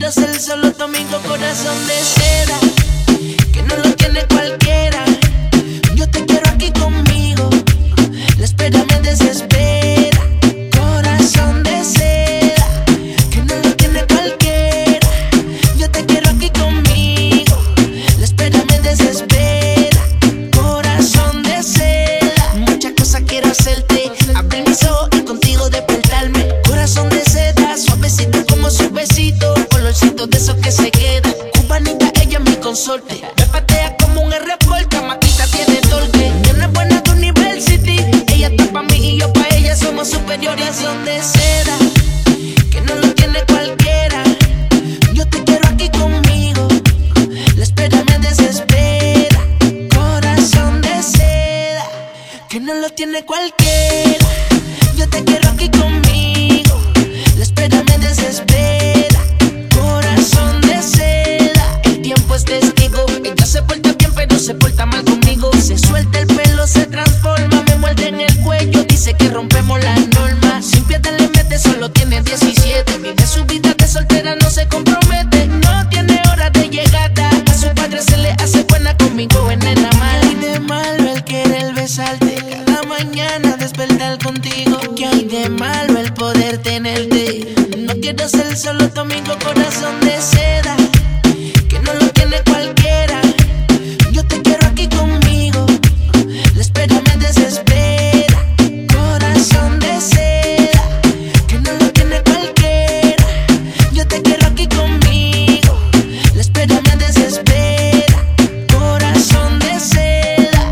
quiero ser solo tu amigo, corazón de seda, que no lo tiene cualquiera. Yo te quiero aquí conmigo, la espera me desespera. Corazón de seda, que no lo tiene cualquiera. Yo te quiero aquí conmigo, la espera me desespera. Corazón de seda, muchas cosas quiero hacerte, abrir mis ojos y contigo despertarme. Corazón de seda, suavecito como su besito, olorcito de esos que se queda. Cubanita, ella es mi consorte, me patea como un R-Porta, maquita tiene torque. Tiene buena de University, ella está pa' mí y yo pa' ella, somos superiores. Son de seda, que no lo tiene cualquiera. Yo te quiero aquí conmigo, la espera me desespera. Corazón de seda, que no lo tiene cualquiera. Yo te quiero aquí conmigo, la espera me desespera. Corazón de seda, el tiempo es testigo. Ella se porta bien pero se porta mal conmigo. Se suelta el pelo, se transforma, me muerde en el cuello, dice que rompemos las normas. Sin piedad le mete, solo tiene 17. Vive su vida de soltera, no se compromete. No tiene hora de llegada, a su padre se le hace buena, conmigo es nena mala. ¿Qué hay de malo el querer besarte? Cada mañana despertar contigo. ¿Qué hay de malo el poder tenerte? No quiero ser solo tu amigo, corazón de seda, que no lo tiene cualquiera. Yo te quiero aquí conmigo, la espera me desespera. Corazón de seda, que no lo tiene cualquiera. Yo te quiero aquí conmigo, la espera me desespera. Corazón de seda.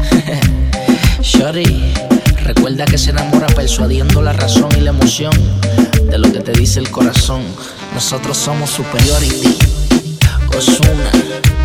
Shorty, recuerda que se enamora persuadiendo la razón y la emoción de lo que te dice el corazón. Nosotros somos Superiority. Ozuna.